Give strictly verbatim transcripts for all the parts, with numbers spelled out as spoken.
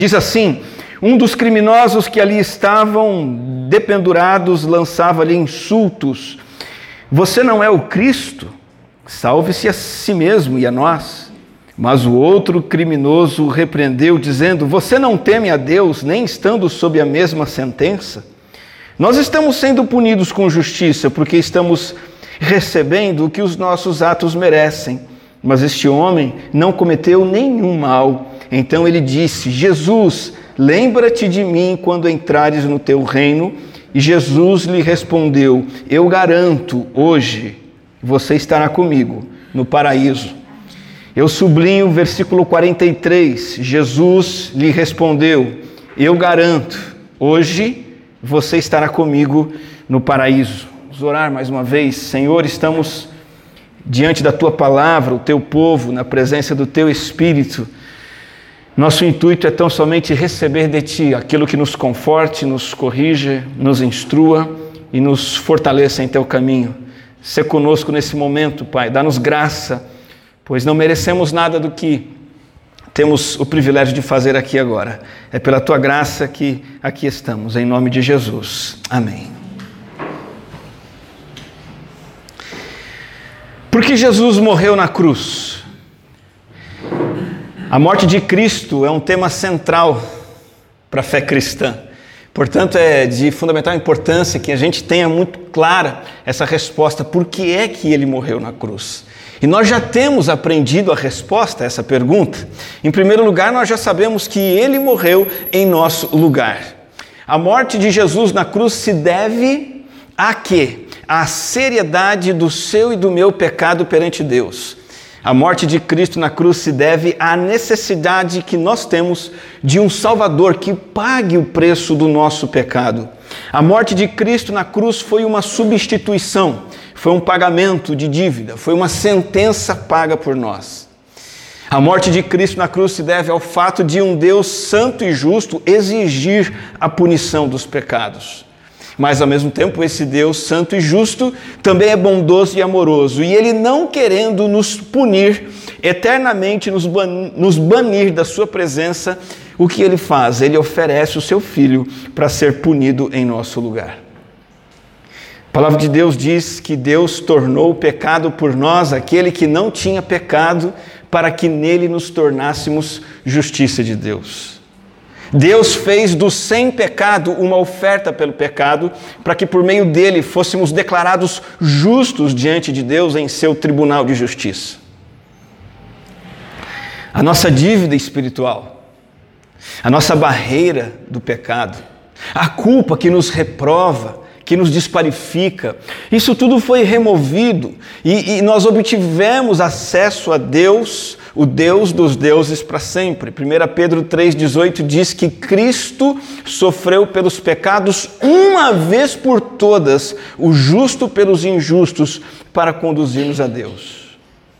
Diz assim: um dos criminosos que ali estavam dependurados lançava-lhe insultos. Você não é o Cristo? Salve-se a si mesmo e a nós. Mas o outro criminoso repreendeu, dizendo: você não teme a Deus, nem estando sob a mesma sentença? Nós estamos sendo punidos com justiça, porque estamos recebendo o que os nossos atos merecem. Mas este homem não cometeu nenhum mal. Então ele disse: Jesus, lembra-te de mim quando entrares no teu reino. E Jesus lhe respondeu: eu garanto, hoje você estará comigo no paraíso. Eu sublinho o versículo quarenta e três. Jesus lhe respondeu: eu garanto, hoje você estará comigo no paraíso. Vamos orar mais uma vez. Senhor, estamos diante da Tua palavra, o Teu povo, na presença do Teu Espírito. Nosso intuito é tão somente receber de Ti aquilo que nos conforte, nos corrija, nos instrua e nos fortaleça em Teu caminho. Sê conosco nesse momento, Pai. Dá-nos graça, pois não merecemos nada do que temos o privilégio de fazer aqui agora. É pela Tua graça que aqui estamos, em nome de Jesus. Amém. Por que Jesus morreu na cruz? A morte de Cristo é um tema central para a fé cristã. Portanto, é de fundamental importância que a gente tenha muito clara essa resposta. Por que é que Ele morreu na cruz? E nós já temos aprendido a resposta a essa pergunta. Em primeiro lugar, nós já sabemos que Ele morreu em nosso lugar. A morte de Jesus na cruz se deve a quê? A seriedade do seu e do meu pecado perante Deus. A morte de Cristo na cruz se deve à necessidade que nós temos de um Salvador que pague o preço do nosso pecado. A morte de Cristo na cruz foi uma substituição, foi um pagamento de dívida, foi uma sentença paga por nós. A morte de Cristo na cruz se deve ao fato de um Deus santo e justo exigir a punição dos pecados. Mas, ao mesmo tempo, esse Deus santo e justo também é bondoso e amoroso. E Ele, não querendo nos punir eternamente, nos banir, nos banir da sua presença, o que Ele faz? Ele oferece o seu Filho para ser punido em nosso lugar. A palavra de Deus diz que Deus tornou o pecado por nós, aquele que não tinha pecado, para que nele nos tornássemos justiça de Deus. Deus fez do sem pecado uma oferta pelo pecado, para que por meio dele fôssemos declarados justos diante de Deus em seu tribunal de justiça. A nossa dívida espiritual, a nossa barreira do pecado, a culpa que nos reprova, que nos desqualifica, isso tudo foi removido e, e nós obtivemos acesso a Deus, o Deus dos deuses para sempre. primeira Pedro três, dezoito diz que Cristo sofreu pelos pecados uma vez por todas, o justo pelos injustos, para conduzir-nos a Deus.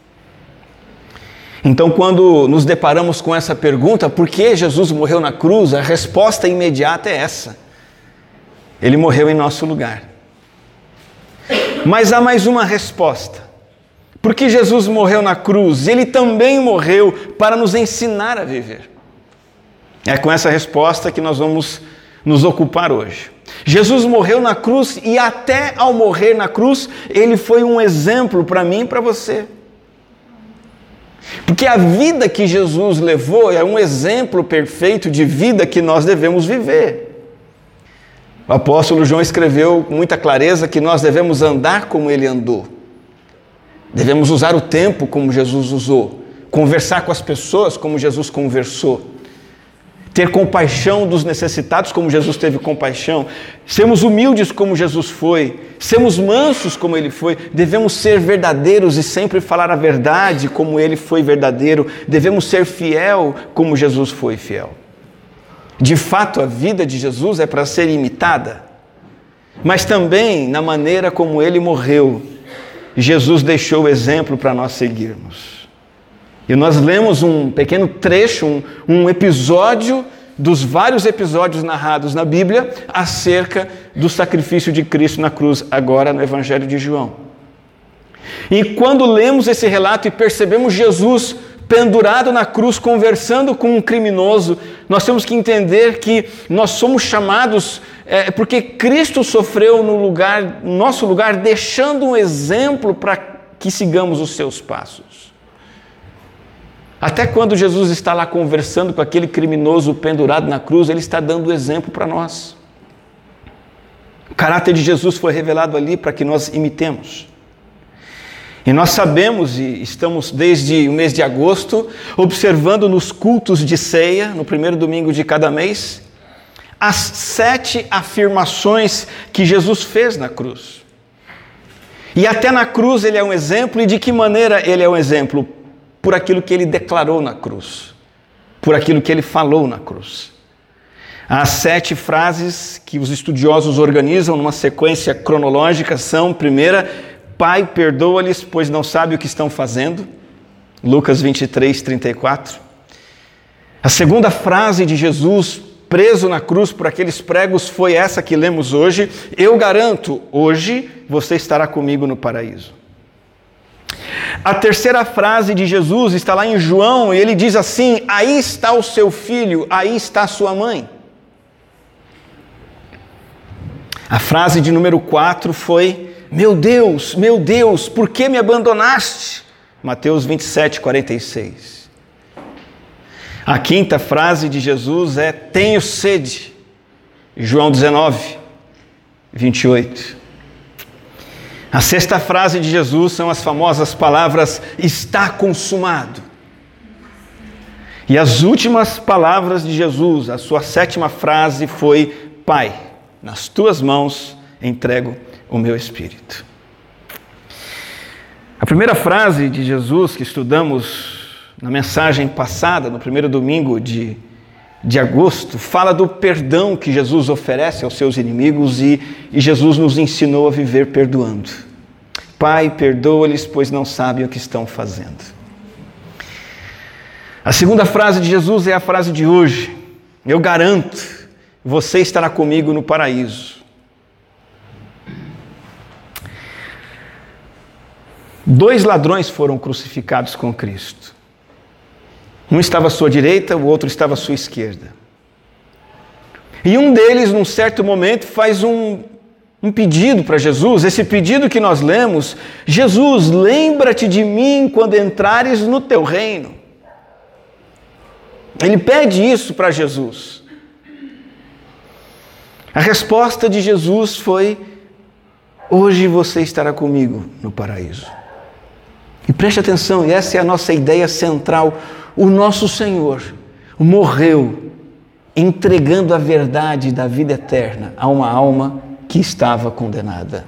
Então, quando nos deparamos com essa pergunta, por que Jesus morreu na cruz? A resposta imediata é essa: Ele morreu em nosso lugar. Mas há mais uma resposta. Porque Jesus morreu na cruz, Ele também morreu para nos ensinar a viver. É com essa resposta que nós vamos nos ocupar hoje. Jesus morreu na cruz e até ao morrer na cruz, Ele foi um exemplo para mim e para você. Porque a vida que Jesus levou é um exemplo perfeito de vida que nós devemos viver. O apóstolo João escreveu com muita clareza que nós devemos andar como Ele andou. Devemos usar o tempo como Jesus usou, conversar com as pessoas como Jesus conversou, ter compaixão dos necessitados como Jesus teve compaixão, sermos humildes como Jesus foi, sermos mansos como Ele foi, devemos ser verdadeiros e sempre falar a verdade como Ele foi verdadeiro, devemos ser fiel como Jesus foi fiel. De fato, a vida de Jesus é para ser imitada, mas também na maneira como Ele morreu, Jesus deixou o exemplo para nós seguirmos. E nós lemos um pequeno trecho, um, um episódio dos vários episódios narrados na Bíblia acerca do sacrifício de Cristo na cruz, agora no Evangelho de João. E quando lemos esse relato e percebemos Jesus pendurado na cruz, conversando com um criminoso. Nós temos que entender que nós somos chamados, é, porque Cristo sofreu no lugar, no nosso lugar, deixando um exemplo para que sigamos os seus passos. Até quando Jesus está lá conversando com aquele criminoso pendurado na cruz, ele está dando exemplo para nós. O caráter de Jesus foi revelado ali para que nós imitemos. E nós sabemos, e estamos desde o mês de agosto, observando nos cultos de ceia, no primeiro domingo de cada mês, as sete afirmações que Jesus fez na cruz. E até na cruz ele é um exemplo, e de que maneira ele é um exemplo? Por aquilo que ele declarou na cruz, por aquilo que ele falou na cruz. As sete frases que os estudiosos organizam numa sequência cronológica são: primeira, Pai, perdoa-lhes, pois não sabem o que estão fazendo. Lucas vinte e três, trinta e quatro. A segunda frase de Jesus, preso na cruz por aqueles pregos, foi essa que lemos hoje: eu garanto, hoje você estará comigo no paraíso. A terceira frase de Jesus está lá em João, e ele diz assim: aí está o seu filho, aí está a sua mãe. A frase de número quatro foi: meu Deus, meu Deus, por que me abandonaste? Mateus vinte e sete, quarenta e seis. A quinta frase de Jesus é: tenho sede. João dezenove, vinte e oito. A sexta frase de Jesus são as famosas palavras: está consumado. E as últimas palavras de Jesus, a sua sétima frase foi: Pai, nas tuas mãos entrego o meu espírito. A primeira frase de Jesus que estudamos na mensagem passada, no primeiro domingo de, de agosto, fala do perdão que Jesus oferece aos seus inimigos, e, e Jesus nos ensinou a viver perdoando. Pai, perdoa-lhes, pois não sabem o que estão fazendo. A segunda frase de Jesus é a frase de hoje: eu garanto, você estará comigo no paraíso. Dois ladrões foram crucificados com Cristo. Um estava à sua direita, o outro estava à sua esquerda. E um deles, num certo momento, faz um, um pedido para Jesus. Esse pedido que nós lemos: Jesus, lembra-te de mim quando entrares no teu reino. Ele pede isso para Jesus. A resposta de Jesus foi: hoje você estará comigo no paraíso. E preste atenção, e essa é a nossa ideia central: o nosso Senhor morreu entregando a verdade da vida eterna a uma alma que estava condenada.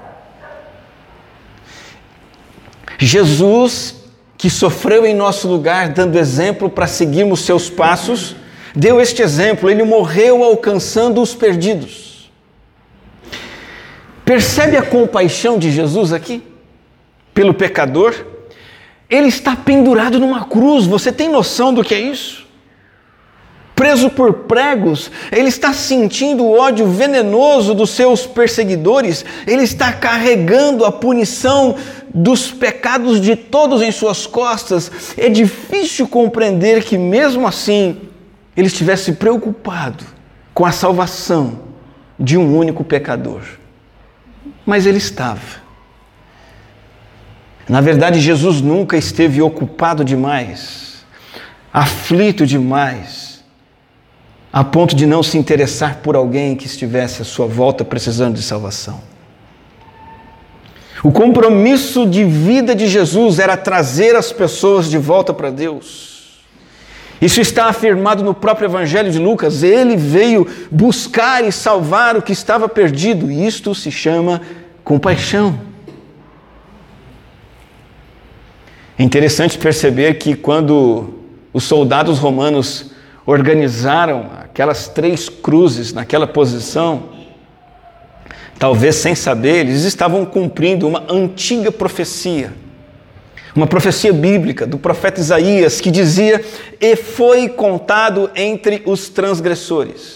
Jesus, que sofreu em nosso lugar, dando exemplo para seguirmos seus passos, deu este exemplo. Ele morreu alcançando os perdidos. Percebe a compaixão de Jesus aqui pelo pecador? Ele está pendurado numa cruz. Você tem noção do que é isso? Preso por pregos, ele está sentindo o ódio venenoso dos seus perseguidores. Ele está carregando a punição dos pecados de todos em suas costas. É difícil compreender que mesmo assim ele estivesse preocupado com a salvação de um único pecador. Mas ele estava. Na verdade, Jesus nunca esteve ocupado demais, aflito demais, a ponto de não se interessar por alguém que estivesse à sua volta precisando de salvação. O compromisso de vida de Jesus era trazer as pessoas de volta para Deus. Isso está afirmado no próprio Evangelho de Lucas. Ele veio buscar e salvar o que estava perdido. E isto se chama compaixão. É interessante perceber que quando os soldados romanos organizaram aquelas três cruzes naquela posição, talvez sem saber, eles estavam cumprindo uma antiga profecia, uma profecia bíblica do profeta Isaías, que dizia: e foi contado entre os transgressores.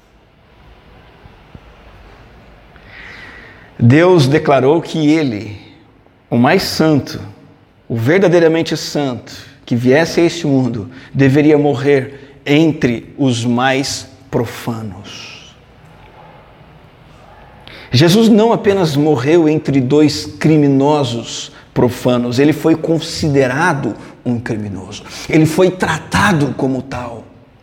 Deus declarou que Ele, o mais santo, o verdadeiramente santo, que viesse a este mundo deveria morrer entre os mais profanos. Jesus não apenas morreu entre dois criminosos profanos, ele foi considerado um criminoso. Ele foi tratado como tal.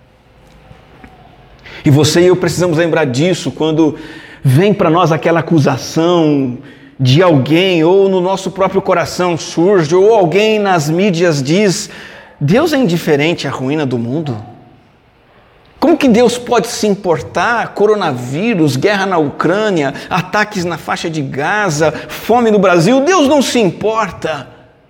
E você e eu precisamos lembrar disso quando vem para nós aquela acusação de alguém, ou no nosso próprio coração surge, ou alguém nas mídias diz: Deus é indiferente à ruína do mundo? Como que Deus pode se importar? Coronavírus, guerra na Ucrânia, ataques na faixa de Gaza, fome no Brasil, Deus não se importa.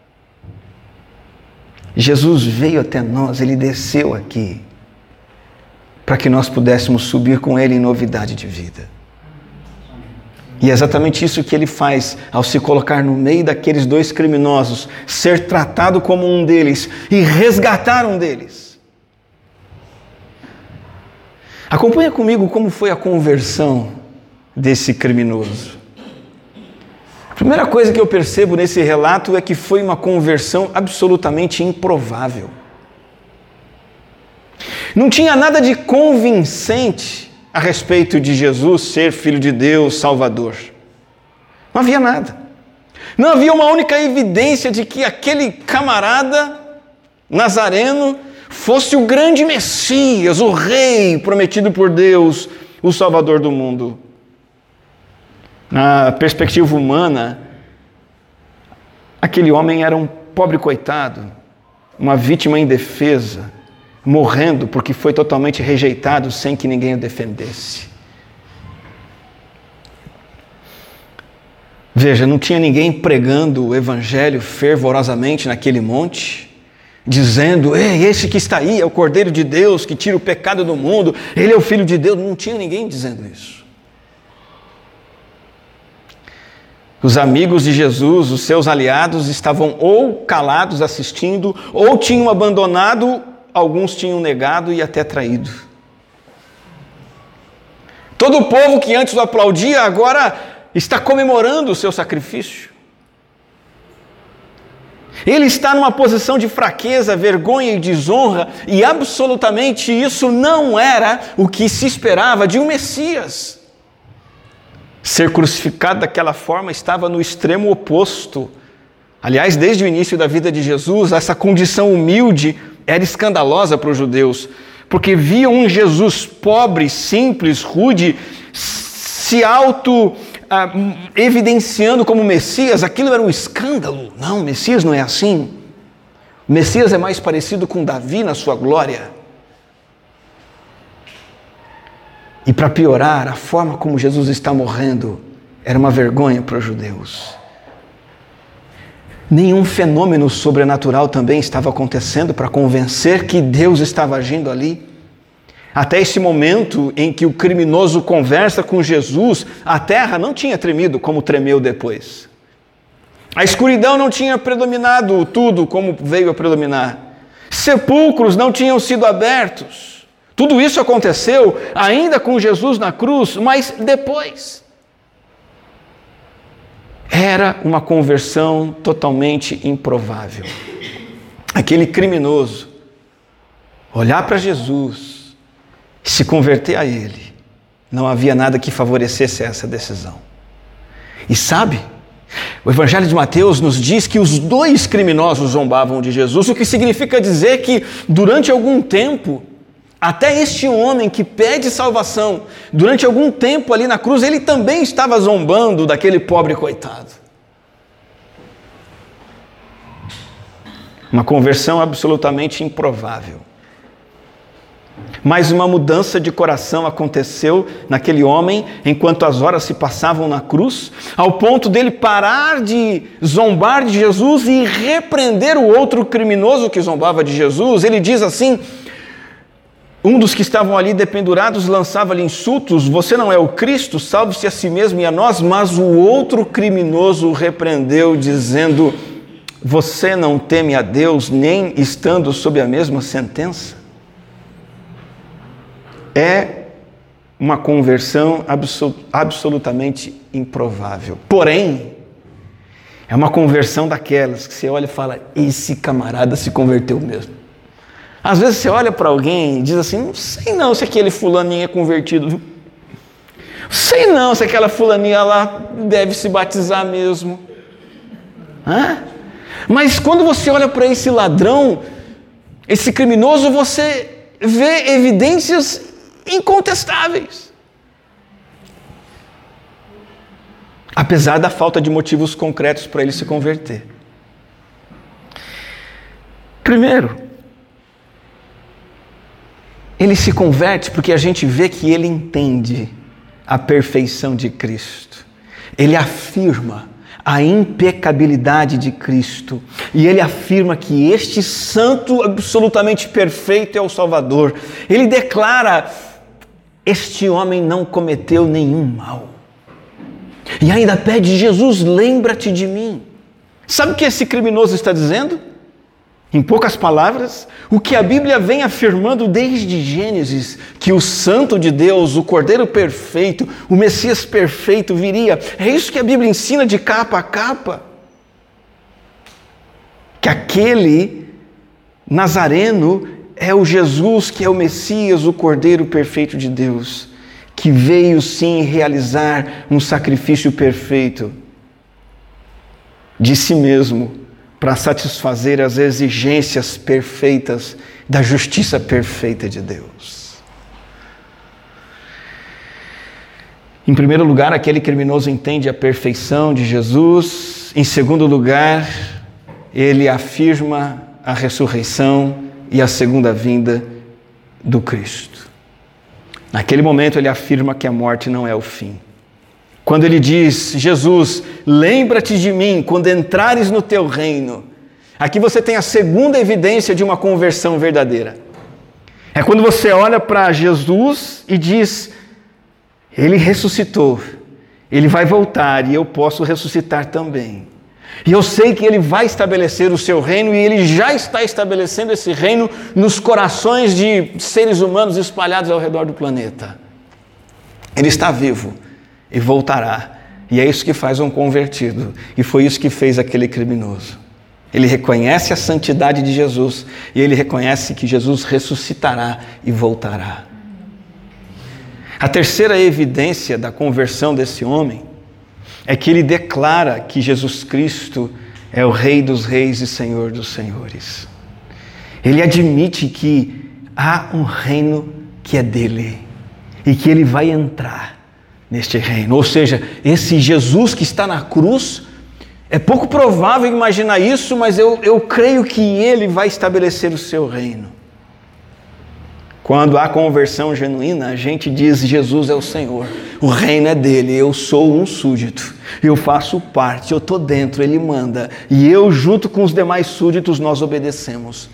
Jesus veio até nós, Ele desceu aqui, para que nós pudéssemos subir com Ele em novidade de vida. E é exatamente isso que Ele faz ao se colocar no meio daqueles dois criminosos, ser tratado como um deles e resgatar um deles. Acompanha comigo como foi a conversão desse criminoso. A primeira coisa que eu percebo nesse relato é que foi uma conversão absolutamente improvável. Não tinha nada de convincente a respeito de Jesus ser Filho de Deus, Salvador. Não havia nada. Não havia uma única evidência de que aquele camarada nazareno fosse o grande Messias, o Rei prometido por Deus, o Salvador do mundo. Na perspectiva humana, aquele homem era um pobre coitado, uma vítima indefesa, morrendo porque foi totalmente rejeitado sem que ninguém o defendesse. Veja, não tinha ninguém pregando o evangelho fervorosamente naquele monte, dizendo: ei, esse que está aí é o Cordeiro de Deus que tira o pecado do mundo, ele é o Filho de Deus. Não tinha ninguém dizendo isso. Os amigos de Jesus, os seus aliados, estavam ou calados assistindo, ou tinham abandonado, alguns tinham negado e até traído. Todo o povo que antes o aplaudia, agora está comemorando o seu sacrifício. Ele está numa posição de fraqueza, vergonha e desonra, e absolutamente isso não era o que se esperava de um Messias. Ser crucificado daquela forma estava no extremo oposto. Aliás, desde o início da vida de Jesus, essa condição humilde era escandalosa para os judeus, porque viam um Jesus pobre, simples, rude, se auto ah, evidenciando como Messias. Aquilo era um escândalo. Não, Messias não é assim. O Messias é mais parecido com Davi na sua glória. E para piorar, a forma como Jesus está morrendo era uma vergonha para os judeus. Nenhum fenômeno sobrenatural também estava acontecendo para convencer que Deus estava agindo ali. Até esse momento em que o criminoso conversa com Jesus, a terra não tinha tremido como tremeu depois. A escuridão não tinha predominado tudo como veio a predominar. Sepulcros não tinham sido abertos. Tudo isso aconteceu ainda com Jesus na cruz, mas depois. Era uma conversão totalmente improvável. Aquele criminoso olhar para Jesus, se converter a Ele, não havia nada que favorecesse essa decisão. E sabe, o Evangelho de Mateus nos diz que os dois criminosos zombavam de Jesus, o que significa dizer que durante algum tempo, até este homem que pede salvação, durante algum tempo ali na cruz, ele também estava zombando daquele pobre coitado. Uma conversão absolutamente improvável. Mas uma mudança de coração aconteceu naquele homem enquanto as horas se passavam na cruz, ao ponto dele parar de zombar de Jesus e repreender o outro criminoso que zombava de Jesus. Ele diz assim: um dos que estavam ali dependurados lançava-lhe insultos: você não é o Cristo, salve-se a si mesmo e a nós. Mas o outro criminoso o repreendeu, dizendo: você não teme a Deus, nem estando sob a mesma sentença? É uma conversão absol- absolutamente improvável. Porém, É uma conversão daquelas que você olha e fala, esse camarada se converteu mesmo. Às vezes você olha para alguém e diz assim, não sei não se aquele fulaninho é convertido, viu? Sei não se aquela fulaninha lá deve se batizar mesmo. Hã? Mas quando você olha para esse ladrão, esse criminoso, você vê evidências incontestáveis. Apesar da falta de motivos concretos para ele se converter. Primeiro, ele se converte porque a gente vê que ele entende a perfeição de Cristo. Ele afirma a impecabilidade de Cristo. E ele afirma que este santo absolutamente perfeito é o Salvador. Ele declara, este homem não cometeu nenhum mal. E ainda pede, Jesus, lembra-te de mim. Sabe o que esse criminoso está dizendo? Em poucas palavras, o que a Bíblia vem afirmando desde Gênesis, que o Santo de Deus, o Cordeiro perfeito, o Messias perfeito viria. É isso que a Bíblia ensina de capa a capa. Que aquele Nazareno é o Jesus que é o Messias, o Cordeiro perfeito de Deus, que veio sim realizar um sacrifício perfeito de si mesmo, para satisfazer as exigências perfeitas da justiça perfeita de Deus. Em primeiro lugar, aquele criminoso entende a perfeição de Jesus. Em segundo lugar, ele afirma a ressurreição e a segunda vinda do Cristo. Naquele momento, ele afirma que a morte não é o fim. Quando ele diz, Jesus, lembra-te de mim quando entrares no teu reino. Aqui você tem a segunda evidência de uma conversão verdadeira. É quando você olha para Jesus e diz, ele ressuscitou, ele vai voltar e eu posso ressuscitar também. E eu sei que ele vai estabelecer o seu reino e ele já está estabelecendo esse reino nos corações de seres humanos espalhados ao redor do planeta. Ele está vivo. E voltará. E é isso que faz um convertido. E foi isso que fez aquele criminoso. Ele reconhece a santidade de Jesus. E ele reconhece que Jesus ressuscitará e voltará. A terceira evidência da conversão desse homem é que ele declara que Jesus Cristo é o Rei dos Reis e Senhor dos Senhores. Ele admite que há um reino que é dele. E que ele vai entrar neste reino. Ou seja, esse Jesus que está na cruz, é pouco provável imaginar isso, mas eu, eu creio que ele vai estabelecer o seu reino. Quando há conversão genuína, a gente diz, Jesus é o Senhor, o reino é dele, eu sou um súdito, eu faço parte, eu estou dentro, ele manda, e eu junto com os demais súditos nós obedecemos.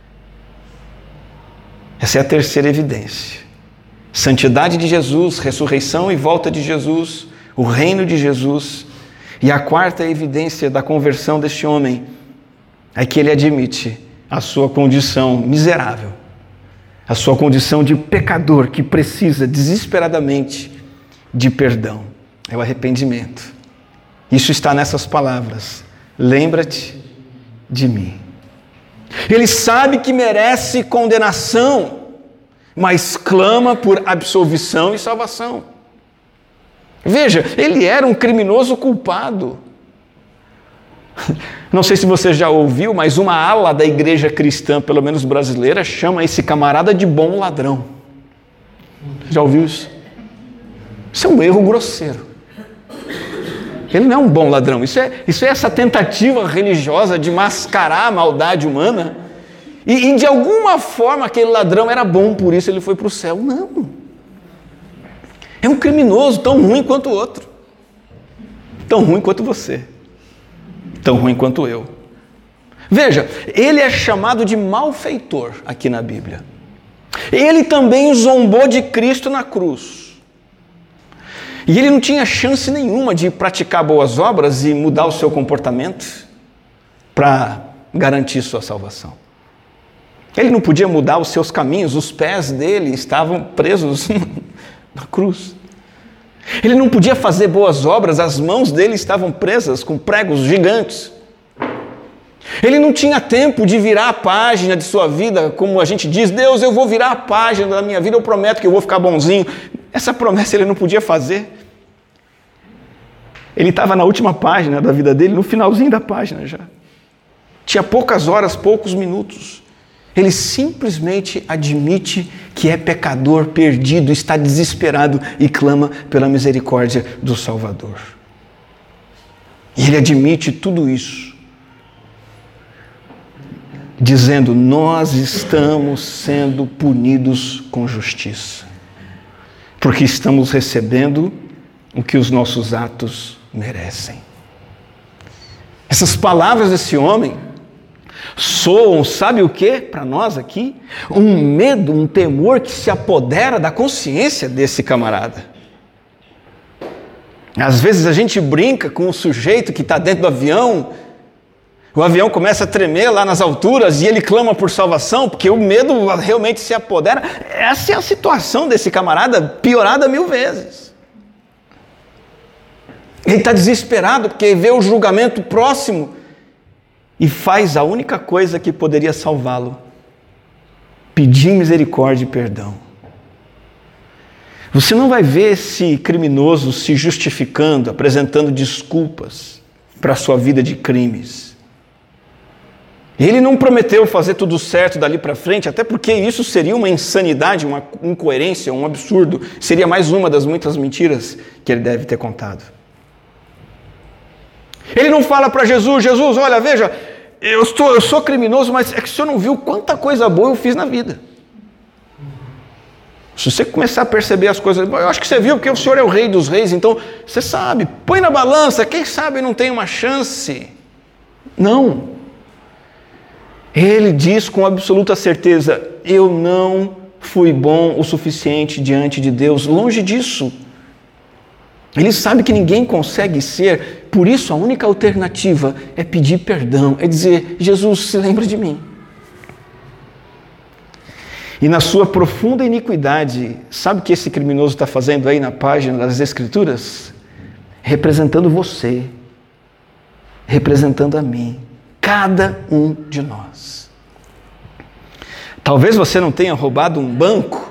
Essa é a terceira evidência. Santidade de Jesus, ressurreição e volta de Jesus, o reino de Jesus. E a quarta evidência da conversão deste homem é que ele admite a sua condição miserável, a sua condição de pecador que precisa desesperadamente de perdão. É o arrependimento. Isso está nessas palavras. Lembra-te de mim. Ele sabe que merece condenação, mas clama por absolvição e salvação. Veja, ele era um criminoso culpado. Não sei se você já ouviu, mas uma ala da igreja cristã, pelo menos brasileira, chama esse camarada de bom ladrão. Já ouviu isso? Isso é um erro grosseiro. Ele não é um bom ladrão. Isso é, isso é essa tentativa religiosa de mascarar a maldade humana. E, e de alguma forma aquele ladrão era bom, por isso ele foi para o céu. Não. É um criminoso tão ruim quanto o outro. Tão ruim quanto você. Tão ruim quanto eu. Veja, ele é chamado de malfeitor aqui na Bíblia. Ele também zombou de Cristo na cruz. E ele não tinha chance nenhuma de praticar boas obras e mudar o seu comportamento para garantir sua salvação. Ele não podia mudar os seus caminhos, os pés dele estavam presos na cruz. Ele não podia fazer boas obras, as mãos dele estavam presas com pregos gigantes. Ele não tinha tempo de virar a página de sua vida, como a gente diz, Deus, eu vou virar a página da minha vida, eu prometo que eu vou ficar bonzinho. Essa promessa ele não podia fazer. Ele estava na última página da vida dele, no finalzinho da página já. Tinha poucas horas, poucos minutos. Ele simplesmente admite que é pecador, perdido, está desesperado e clama pela misericórdia do Salvador. E ele admite tudo isso, dizendo, nós estamos sendo punidos com justiça, porque estamos recebendo o que os nossos atos merecem. Essas palavras desse homem soam, sabe o que? Para nós aqui, um medo, um temor que se apodera da consciência desse camarada. Às vezes a gente brinca com o sujeito que está dentro do avião, o avião começa a tremer lá nas alturas e ele clama por salvação, porque o medo realmente se apodera. Essa é a situação desse camarada, piorada mil vezes. Ele está desesperado porque vê o julgamento próximo e faz a única coisa que poderia salvá-lo: pedir misericórdia e perdão. Você não vai ver esse criminoso se justificando, apresentando desculpas para a sua vida de crimes. Ele não prometeu fazer tudo certo dali para frente, até porque isso seria uma insanidade, uma incoerência, um absurdo. Seria mais uma das muitas mentiras que ele deve ter contado. Ele não fala para Jesus, Jesus, olha, veja, eu, estou, eu sou criminoso, mas é que o senhor não viu quanta coisa boa eu fiz na vida. Se você começar a perceber as coisas, eu acho que você viu, porque o senhor é o rei dos reis, então você sabe, põe na balança, quem sabe não tem uma chance. Não. Ele diz com absoluta certeza, eu não fui bom o suficiente diante de Deus, longe disso. Ele sabe que ninguém consegue ser, por isso a única alternativa é pedir perdão, é dizer, Jesus, se lembra de mim. E na sua profunda iniquidade, sabe o que esse criminoso está fazendo aí na página das Escrituras? Representando você, representando a mim, cada um de nós. Talvez você não tenha roubado um banco,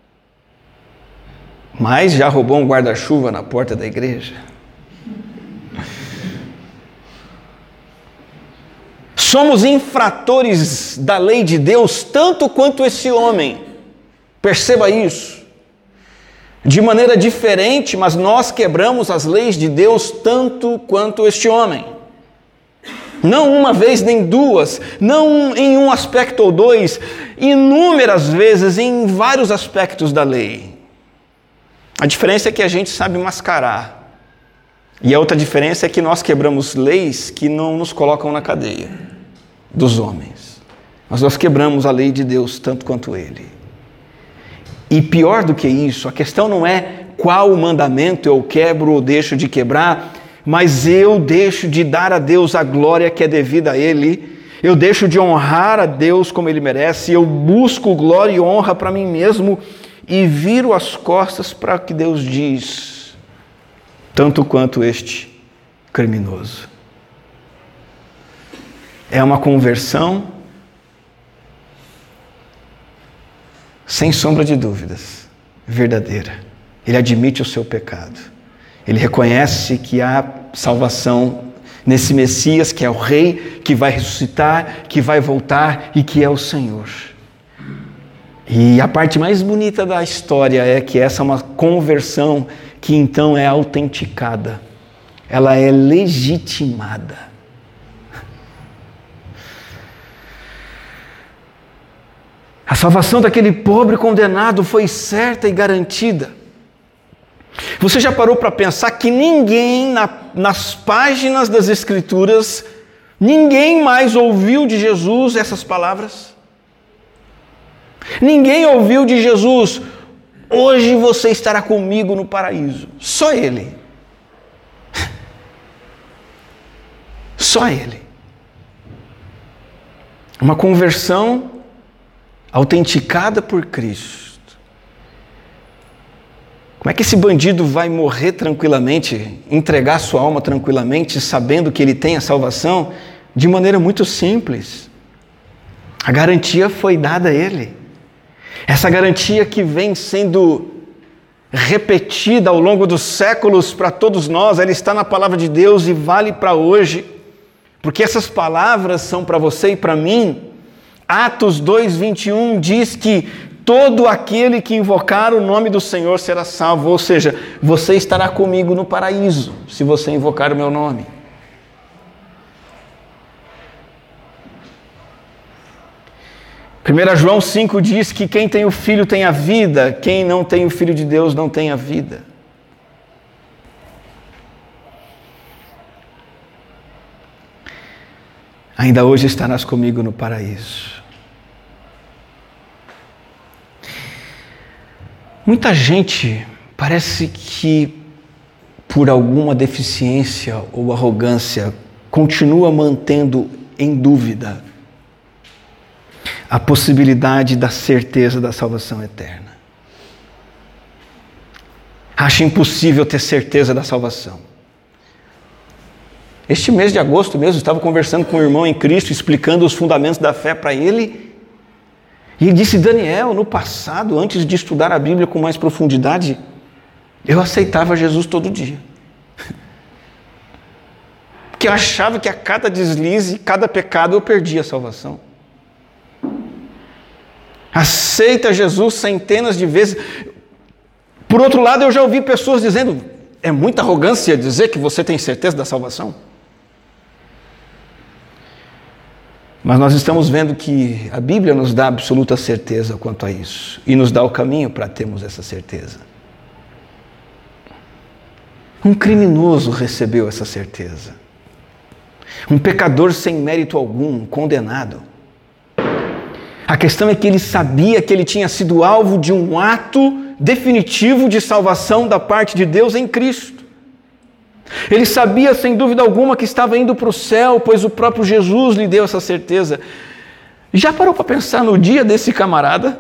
mas já roubou um guarda-chuva na porta da igreja. Somos infratores da lei de Deus tanto quanto esse homem. Perceba isso. De maneira diferente, mas nós quebramos as leis de Deus tanto quanto este homem. Não uma vez nem duas, não em um aspecto ou dois, inúmeras vezes em vários aspectos da lei. A diferença é que a gente sabe mascarar. E a outra diferença é que nós quebramos leis que não nos colocam na cadeia dos homens. Mas nós quebramos a lei de Deus tanto quanto ele. E pior do que isso, a questão não é qual mandamento eu quebro ou deixo de quebrar, mas eu deixo de dar a Deus a glória que é devida a Ele, eu deixo de honrar a Deus como Ele merece, eu busco glória e honra para mim mesmo e viro as costas para o que Deus diz, tanto quanto este criminoso. É uma conversão sem sombra de dúvidas, verdadeira. Ele admite o seu pecado. Ele reconhece que há salvação nesse Messias, que é o Rei, que vai ressuscitar, que vai voltar e que é o Senhor. E a parte mais bonita da história é que essa é uma conversão que então é autenticada. Ela é legitimada. A salvação daquele pobre condenado foi certa e garantida. Você já parou para pensar que ninguém na, nas páginas das Escrituras, ninguém mais ouviu de Jesus essas palavras? Ninguém ouviu de Jesus, hoje você estará comigo no paraíso. Só Ele. Só Ele. Uma conversão autenticada por Cristo. Como é que esse bandido vai morrer tranquilamente, entregar sua alma tranquilamente, sabendo que ele tem a salvação? De maneira muito simples. A garantia foi dada a ele. Essa garantia que vem sendo repetida ao longo dos séculos para todos nós, ela está na palavra de Deus e vale para hoje, porque essas palavras são para você e para mim. Atos dois, vinte e um diz que todo aquele que invocar o nome do Senhor será salvo, ou seja, você estará comigo no paraíso, se você invocar o meu nome. primeiro João cinco diz que quem tem o Filho tem a vida, quem não tem o Filho de Deus não tem a vida. Ainda hoje estarás comigo no paraíso. Muita gente parece que, por alguma deficiência ou arrogância, continua mantendo em dúvida a possibilidade da certeza da salvação eterna. Acha impossível ter certeza da salvação. Este mês de agosto mesmo, estava conversando com um irmão em Cristo, explicando os fundamentos da fé para ele, e ele disse: Daniel, no passado, antes de estudar a Bíblia com mais profundidade, eu aceitava Jesus todo dia. Porque eu achava que a cada deslize, cada pecado, eu perdia a salvação. Aceita Jesus centenas de vezes. Por outro lado, eu já ouvi pessoas dizendo: é muita arrogância dizer que você tem certeza da salvação. Mas nós estamos vendo que a Bíblia nos dá absoluta certeza quanto a isso, e nos dá o caminho para termos essa certeza. Um criminoso recebeu essa certeza. Um pecador sem mérito algum, condenado. A questão é que ele sabia que ele tinha sido alvo de um ato definitivo de salvação da parte de Deus em Cristo. Ele sabia, sem dúvida alguma, que estava indo para o céu, pois o próprio Jesus lhe deu essa certeza. Já parou para pensar no dia desse camarada?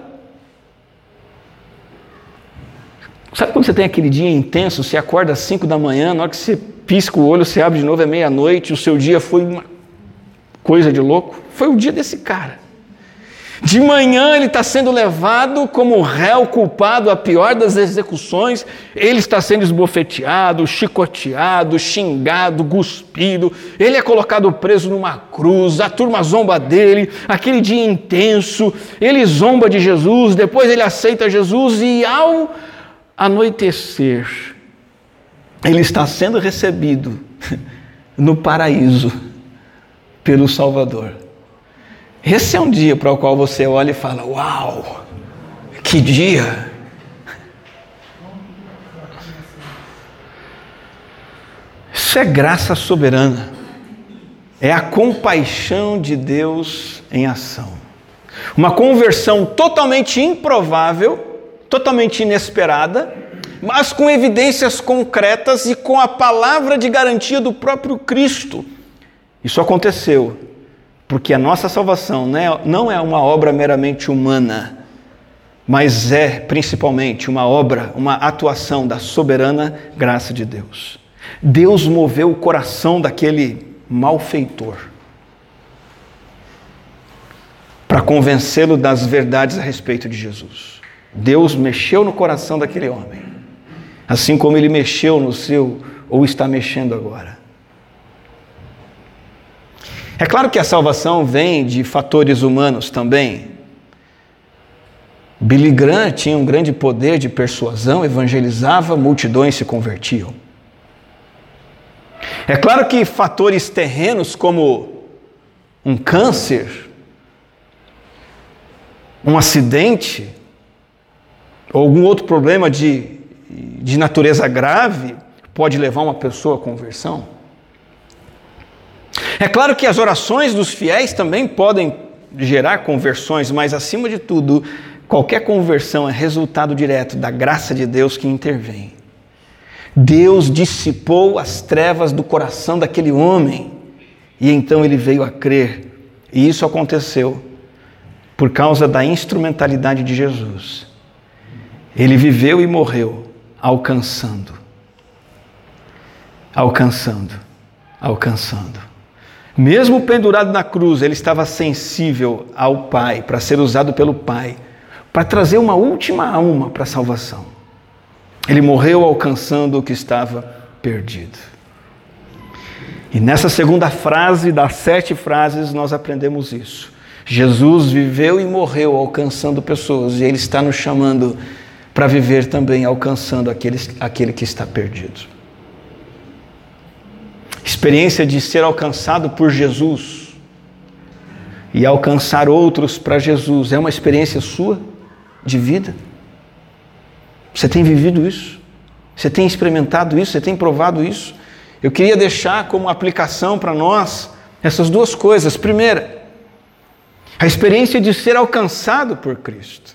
Sabe quando você tem aquele dia intenso, você acorda às cinco da manhã, na hora que você pisca o olho, você abre de novo, é meia-noite, o seu dia foi uma coisa de louco? Foi o dia desse cara. De manhã ele está sendo levado como réu culpado, a pior das execuções. Ele está sendo esbofeteado, chicoteado, xingado, cuspido. Ele é colocado preso numa cruz, a turma zomba dele, aquele dia intenso. Ele zomba de Jesus, depois ele aceita Jesus e ao anoitecer, ele está sendo recebido no paraíso pelo Salvador. Esse é um dia para o qual você olha e fala: uau, que dia! Isso é graça soberana. É a compaixão de Deus em ação. Uma conversão totalmente improvável, totalmente inesperada, mas com evidências concretas e com a palavra de garantia do próprio Cristo. Isso aconteceu porque a nossa salvação não é uma obra meramente humana, mas é principalmente uma obra, uma atuação da soberana graça de Deus. Deus moveu o coração daquele malfeitor para convencê-lo das verdades a respeito de Jesus. Deus mexeu no coração daquele homem, assim como ele mexeu no seu, ou está mexendo agora. É claro que a salvação vem de fatores humanos também. Billy Graham tinha um grande poder de persuasão, evangelizava, multidões se convertiam. É claro que fatores terrenos como um câncer, um acidente, ou algum outro problema de, de natureza grave pode levar uma pessoa à conversão. É claro que as orações dos fiéis também podem gerar conversões, mas acima de tudo, qualquer conversão é resultado direto da graça de Deus que intervém. Deus dissipou as trevas do coração daquele homem e então ele veio a crer. E isso aconteceu por causa da instrumentalidade de Jesus. Ele viveu e morreu alcançando, alcançando, alcançando. Mesmo pendurado na cruz, ele estava sensível ao Pai, para ser usado pelo Pai, para trazer uma última alma para a salvação. Ele morreu alcançando o que estava perdido. E nessa segunda frase das sete frases nós aprendemos isso. Jesus viveu e morreu alcançando pessoas, e Ele está nos chamando para viver também alcançando aqueles, aquele que está perdido. Experiência de ser alcançado por Jesus e alcançar outros para Jesus é uma experiência sua de vida? Você tem vivido isso? Você tem experimentado isso? Você tem provado isso? Eu queria deixar como aplicação para nós essas duas coisas. Primeira, a experiência de ser alcançado por Cristo.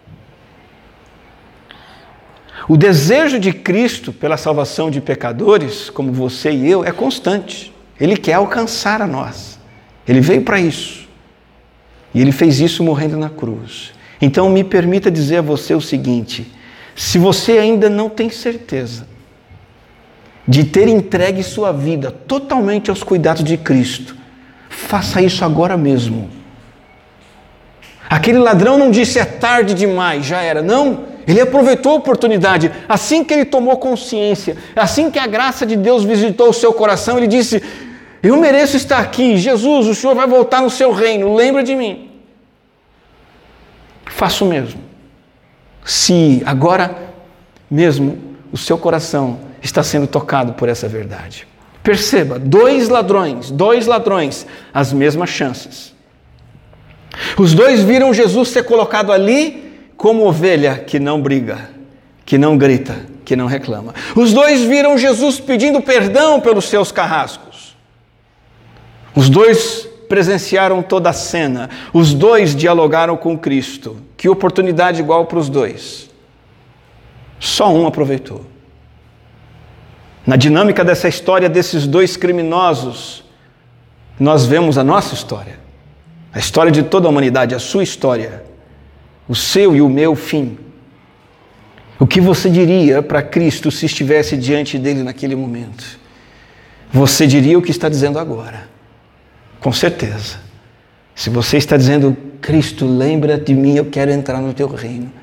O desejo de Cristo pela salvação de pecadores, como você e eu, é constante. Ele quer alcançar a nós. Ele veio para isso. E Ele fez isso morrendo na cruz. Então me permita dizer a você o seguinte: se você ainda não tem certeza de ter entregue sua vida totalmente aos cuidados de Cristo, faça isso agora mesmo. Aquele ladrão não disse é tarde demais, já era. Não, ele aproveitou a oportunidade. Assim que ele tomou consciência, assim que a graça de Deus visitou o seu coração, ele disse: eu mereço estar aqui, Jesus, o Senhor vai voltar no seu reino, lembra de mim. Faça o mesmo. Se agora mesmo o seu coração está sendo tocado por essa verdade. Perceba, dois ladrões, dois ladrões, as mesmas chances. Os dois viram Jesus ser colocado ali como ovelha que não briga, que não grita, que não reclama. Os dois viram Jesus pedindo perdão pelos seus carrascos. Os dois presenciaram toda a cena. Os dois dialogaram com Cristo. Que oportunidade igual para os dois. Só um aproveitou. Na dinâmica dessa história desses dois criminosos, nós vemos a nossa história. A história de toda a humanidade, a sua história. O seu e o meu fim. O que você diria para Cristo se estivesse diante dele naquele momento? Você diria o que está dizendo agora. Com certeza. Se você está dizendo: Cristo, lembra de mim, eu quero entrar no teu reino.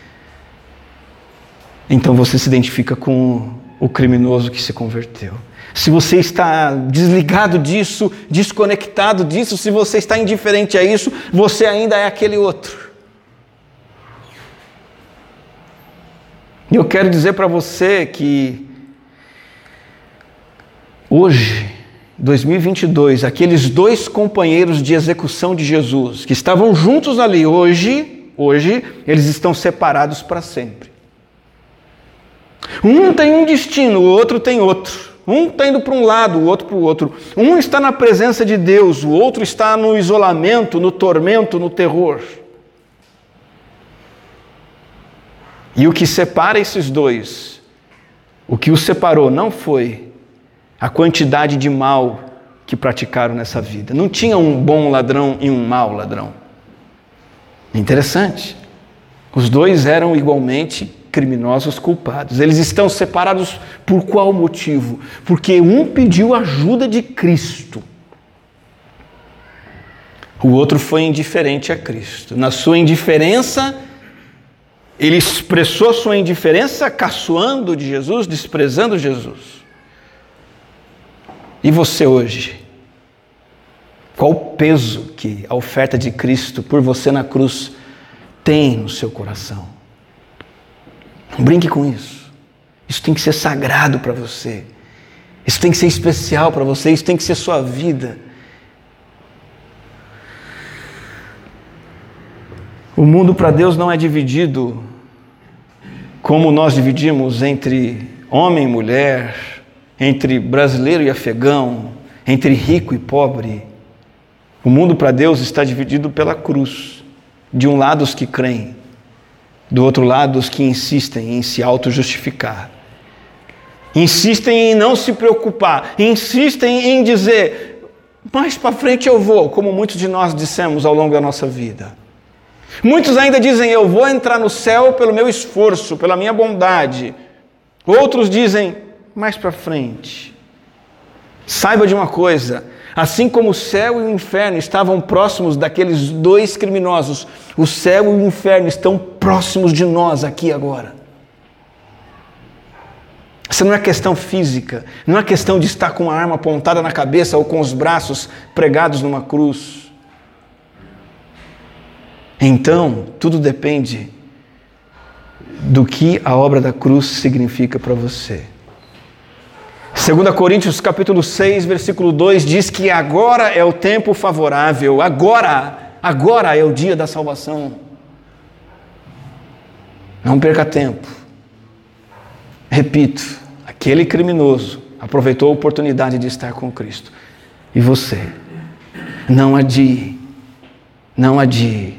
Então você se identifica com o criminoso que se converteu. Se você está desligado disso, desconectado disso, se você está indiferente a isso, você ainda é aquele outro. E eu quero dizer para você que hoje, dois mil e vinte e dois, aqueles dois companheiros de execução de Jesus, que estavam juntos ali, hoje, hoje, eles estão separados para sempre. Um tem um destino, o outro tem outro. Um está indo para um lado, o outro para o outro. Um está na presença de Deus, o outro está no isolamento, no tormento, no terror. E o que separa esses dois, o que os separou não foi a quantidade de mal que praticaram nessa vida. Não tinha um bom ladrão e um mau ladrão. Interessante. Os dois eram igualmente criminosos culpados. Eles estão separados por qual motivo? Porque um pediu ajuda de Cristo. O outro foi indiferente a Cristo. Na sua indiferença, ele expressou sua indiferença caçoando de Jesus, desprezando Jesus. E você hoje? Qual o peso que a oferta de Cristo por você na cruz tem no seu coração? Não brinque com isso. Isso tem que ser sagrado para você. Isso tem que ser especial para você. Isso tem que ser sua vida. O mundo para Deus não é dividido como nós dividimos entre homem e mulher, entre brasileiro e afegão, entre rico e pobre. O mundo para Deus está dividido pela cruz. De um lado os que creem, do outro lado os que insistem em se auto-justificar. Insistem em não se preocupar, insistem em dizer, mais para frente eu vou, como muitos de nós dissemos ao longo da nossa vida. Muitos ainda dizem, eu vou entrar no céu pelo meu esforço, pela minha bondade. Outros dizem, mais para frente. Saiba de uma coisa, assim como o céu e o inferno estavam próximos daqueles dois criminosos, o céu e o inferno estão próximos de nós aqui agora. Essa não é questão física, não é questão de estar com uma arma apontada na cabeça ou com os braços pregados numa cruz. Então, tudo depende do que a obra da cruz significa para você. Segunda Coríntios capítulo seis, versículo dois, diz que agora é o tempo favorável, agora, agora é o dia da salvação. Não perca tempo. Repito, aquele criminoso aproveitou a oportunidade de estar com Cristo. E você, não adie, não adie.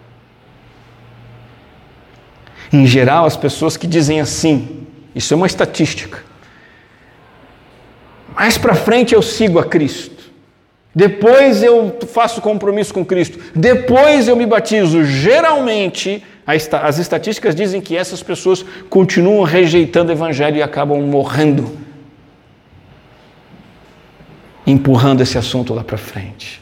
Em geral, as pessoas que dizem assim, isso é uma estatística, mais para frente eu sigo a Cristo, depois eu faço compromisso com Cristo, depois eu me batizo. Geralmente, as estatísticas dizem que essas pessoas continuam rejeitando o Evangelho e acabam morrendo, empurrando esse assunto lá para frente.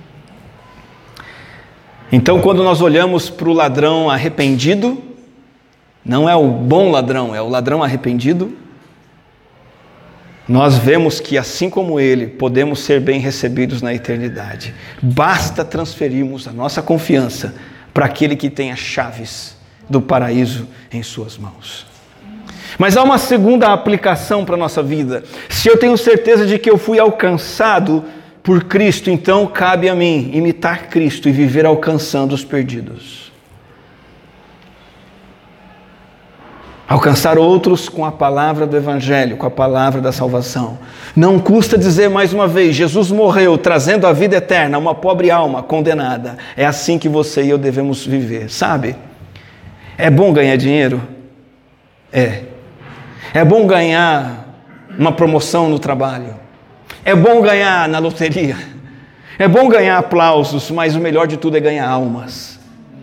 Então, quando nós olhamos para o ladrão arrependido, não é o bom ladrão, é o ladrão arrependido, nós vemos que, assim como ele, podemos ser bem recebidos na eternidade. Basta transferirmos a nossa confiança para aquele que tem as chaves do paraíso em suas mãos. Mas há uma segunda aplicação para a nossa vida. Se eu tenho certeza de que eu fui alcançado por Cristo, então cabe a mim imitar Cristo e viver alcançando os perdidos. Alcançar outros com a palavra do Evangelho, com a palavra da salvação. Não custa dizer mais uma vez, Jesus morreu trazendo a vida eterna a uma pobre alma condenada. É assim que você e eu devemos viver, sabe? É bom ganhar dinheiro? É. É bom ganhar uma promoção no trabalho. É bom ganhar na loteria. É bom ganhar aplausos, mas o melhor de tudo é ganhar almas.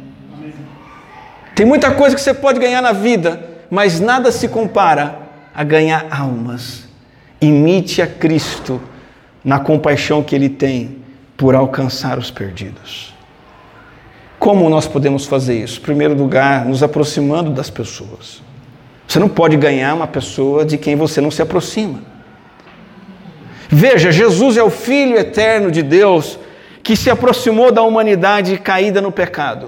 Tem muita coisa que você pode ganhar na vida, mas nada se compara a ganhar almas. Imite a Cristo na compaixão que Ele tem por alcançar os perdidos. Como nós podemos fazer isso? Em primeiro lugar, nos aproximando das pessoas. Você não pode ganhar uma pessoa de quem você não se aproxima. Veja, Jesus é o Filho eterno de Deus que se aproximou da humanidade caída no pecado.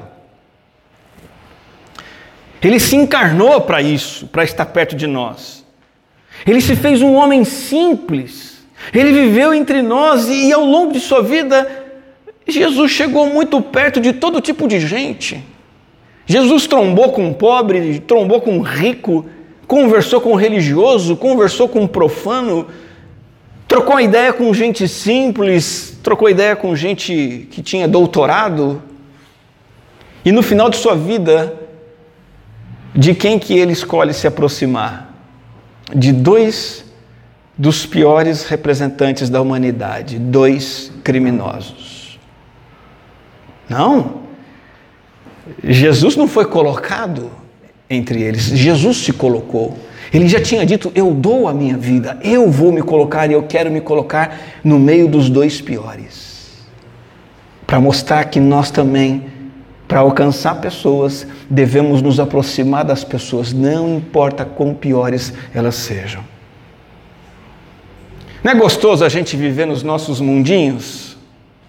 Ele se encarnou para isso, para estar perto de nós. Ele se fez um homem simples. Ele viveu entre nós e, e ao longo de sua vida, Jesus chegou muito perto de todo tipo de gente. Jesus trombou com um pobre, trombou com um rico, conversou com um religioso, conversou com um profano, trocou ideia com gente simples, trocou ideia com gente que tinha doutorado. E no final de sua vida, de quem que ele escolhe se aproximar? De dois dos piores representantes da humanidade, dois criminosos. Não, Jesus não foi colocado entre eles, Jesus se colocou. Ele já tinha dito, eu dou a minha vida, eu vou me colocar e eu quero me colocar no meio dos dois piores. Para mostrar que nós também, para alcançar pessoas, devemos nos aproximar das pessoas, não importa quão piores elas sejam. Não é gostoso a gente viver nos nossos mundinhos?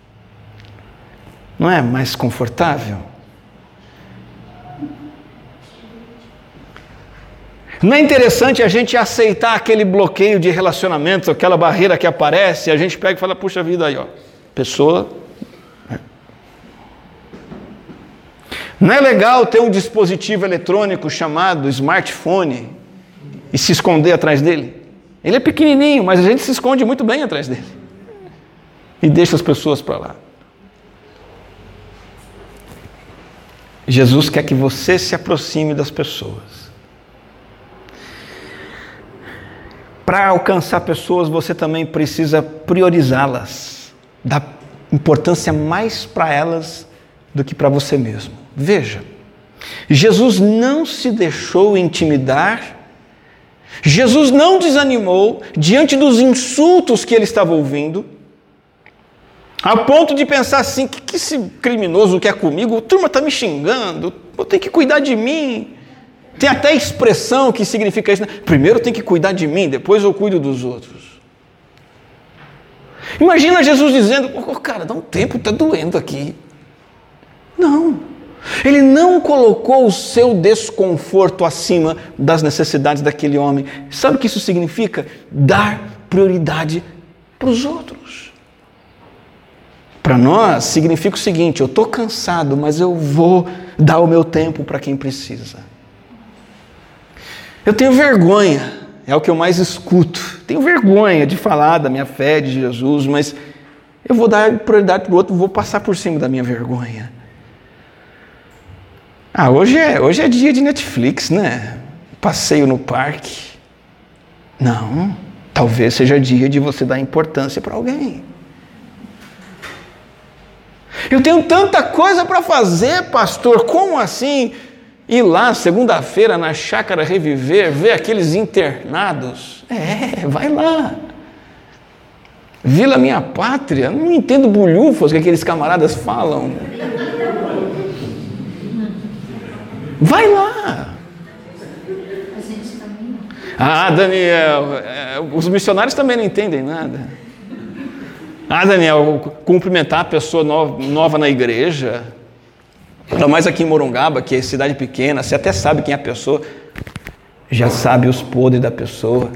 Não é mais confortável? Não é interessante a gente aceitar aquele bloqueio de relacionamento, aquela barreira que aparece, e a gente pega e fala, puxa vida aí, ó, pessoa... Não é legal ter um dispositivo eletrônico chamado smartphone e se esconder atrás dele? Ele é pequenininho, mas a gente se esconde muito bem atrás dele. E deixa as pessoas para lá. Jesus quer que você se aproxime das pessoas. Para alcançar pessoas, você também precisa priorizá-las. Dar importância mais para elas do que para você mesmo. Veja, Jesus não se deixou intimidar, Jesus não desanimou diante dos insultos que ele estava ouvindo, a ponto de pensar assim: o que, que esse criminoso quer comigo? A turma está me xingando, eu tenho que cuidar de mim. Tem até expressão que significa isso, né? Primeiro eu tenho que cuidar de mim, depois eu cuido dos outros. Imagina Jesus dizendo: oh, cara, dá um tempo, está doendo aqui. Não, ele não colocou o seu desconforto acima das necessidades daquele homem. Sabe o que isso significa? Dar prioridade para os outros. Para nós significa o seguinte: eu estou cansado, mas eu vou dar o meu tempo para quem precisa. Eu tenho vergonha, é o que eu mais escuto. Tenho vergonha de falar da minha fé, de Jesus, mas eu vou dar prioridade para o outro, vou passar por cima da minha vergonha. Ah, hoje é, hoje é dia de Netflix, né? Passeio no parque. Não, talvez seja dia de você dar importância para alguém. Eu tenho tanta coisa para fazer, pastor, como assim? Ir lá, segunda-feira, na Chácara Reviver, ver aqueles internados. É, vai lá. Vila Minha Pátria, não entendo bulhufas que aqueles camaradas falam. Vai lá. Ah, Daniel, é, os missionários também não entendem nada. Ah, Daniel, cumprimentar a pessoa nova, nova na igreja, ainda mais aqui em Morungaba, que é cidade pequena, você até sabe quem é a pessoa, já sabe os podres da pessoa.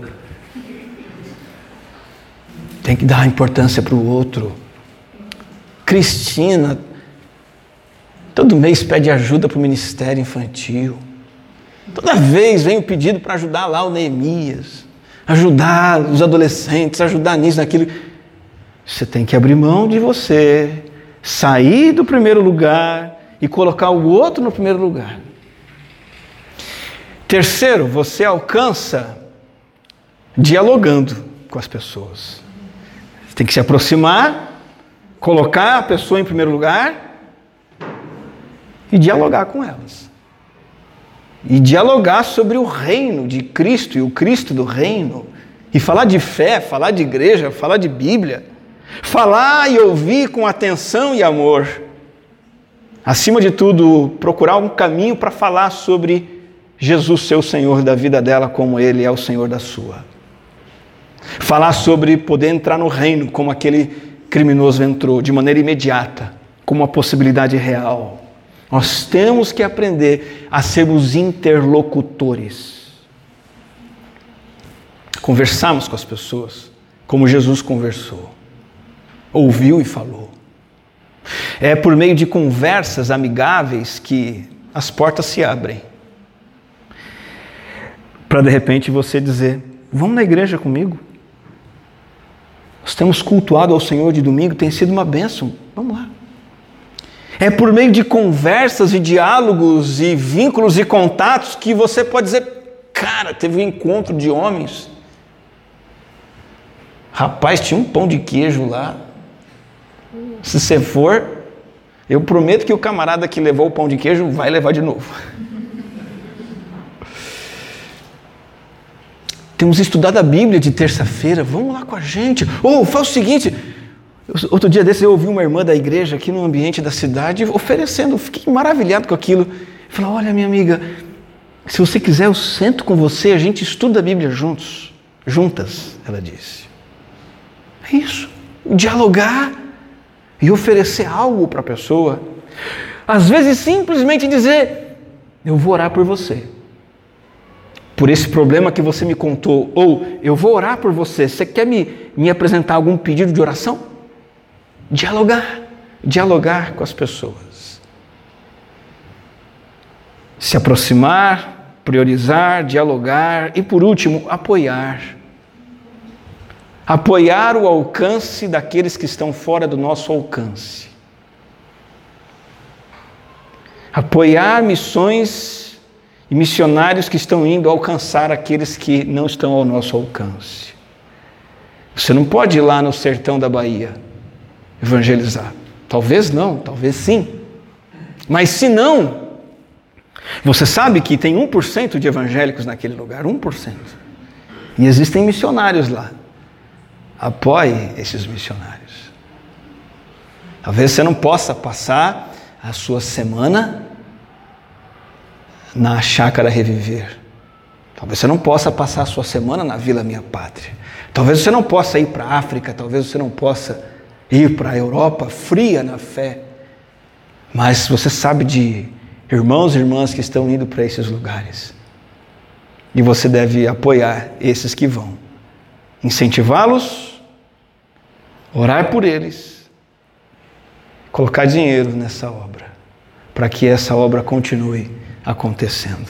Tem que dar importância para o outro. Cristina, todo mês pede ajuda para o ministério infantil. Toda vez vem o pedido para ajudar lá o Neemias, ajudar os adolescentes, ajudar nisso, naquilo. Você tem que abrir mão de você, sair do primeiro lugar e colocar o outro no primeiro lugar. Terceiro, você alcança dialogando com as pessoas. Você tem que se aproximar, colocar a pessoa em primeiro lugar e dialogar com elas. E dialogar sobre o reino de Cristo e o Cristo do reino. E falar de fé, falar de igreja, falar de Bíblia. Falar e ouvir com atenção e amor. Acima de tudo, procurar um caminho para falar sobre Jesus ser o Senhor da vida dela como Ele é o Senhor da sua. Falar sobre poder entrar no reino como aquele criminoso entrou, de maneira imediata, como uma possibilidade real. Nós temos que aprender a sermos interlocutores. Conversarmos com as pessoas como Jesus conversou. Ouviu e falou. É por meio de conversas amigáveis que as portas se abrem. Para de repente você dizer: vamos na igreja comigo? Nós temos cultuado ao Senhor de domingo, tem sido uma bênção. Vamos lá. É por meio de conversas e diálogos e vínculos e contatos que você pode dizer: cara, teve um encontro de homens. Rapaz, tinha um pão de queijo lá. Se você for, eu prometo que o camarada que levou o pão de queijo vai levar de novo. Temos estudado a Bíblia de terça-feira, vamos lá com a gente. Ou oh, faz o seguinte, outro dia desse eu ouvi uma irmã da igreja aqui no ambiente da cidade oferecendo, fiquei maravilhado com aquilo. Falou: olha, minha amiga, se você quiser eu sento com você, a gente estuda a Bíblia juntos, juntas, ela disse. É isso, dialogar e oferecer algo para a pessoa. Às vezes simplesmente dizer: eu vou orar por você, por esse problema que você me contou, ou eu vou orar por você, você quer me, me apresentar algum pedido de oração? Dialogar, dialogar com as pessoas. Se aproximar, priorizar, dialogar e, por último, apoiar. Apoiar o alcance daqueles que estão fora do nosso alcance. Apoiar missões e missionários que estão indo alcançar aqueles que não estão ao nosso alcance. Você não pode ir lá no sertão da Bahia evangelizar. Talvez não, talvez sim. Mas se não, você sabe que tem um por cento de evangélicos naquele lugar, um por cento. E existem missionários lá. Apoie esses missionários. Talvez você não possa passar a sua semana na Chácara Reviver. Talvez você não possa passar a sua semana na Vila Minha Pátria. Talvez você não possa ir para a África, talvez você não possa ir para a Europa fria na fé. Mas você sabe de irmãos e irmãs que estão indo para esses lugares. E você deve apoiar esses que vão. Incentivá-los, orar por eles, colocar dinheiro nessa obra, para que essa obra continue acontecendo.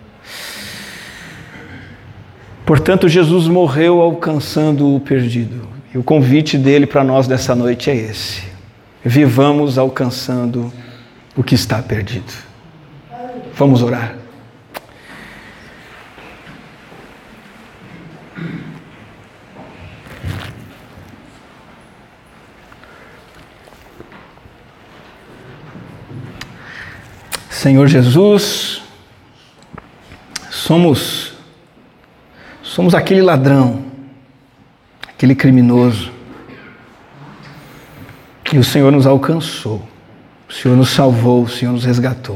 Portanto, Jesus morreu alcançando o perdido. E o convite dele para nós dessa noite é esse: vivamos alcançando o que está perdido. Vamos orar. Senhor Jesus, somos, somos aquele ladrão, aquele criminoso, e o Senhor nos alcançou, o Senhor nos salvou, o Senhor nos resgatou.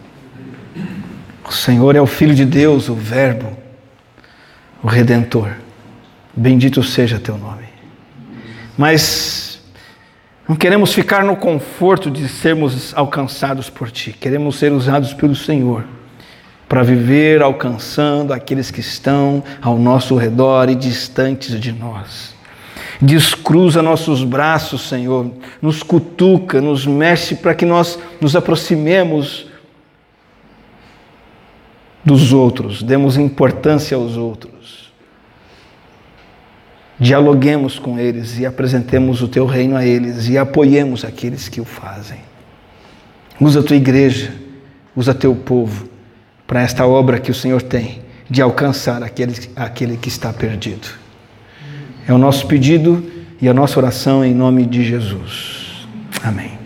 O Senhor é o Filho de Deus, o Verbo, o Redentor. Bendito seja teu nome. Mas não queremos ficar no conforto de sermos alcançados por Ti. Queremos ser usados pelo Senhor para viver alcançando aqueles que estão ao nosso redor e distantes de nós. Descruza nossos braços, Senhor, nos cutuca, nos mexe para que nós nos aproximemos dos outros, demos importância aos outros. Dialoguemos com eles e apresentemos o Teu reino a eles e apoiemos aqueles que o fazem. Usa a Tua igreja, usa Teu povo para esta obra que o Senhor tem de alcançar aquele, aquele que está perdido. É o nosso pedido e a nossa oração em nome de Jesus. Amém.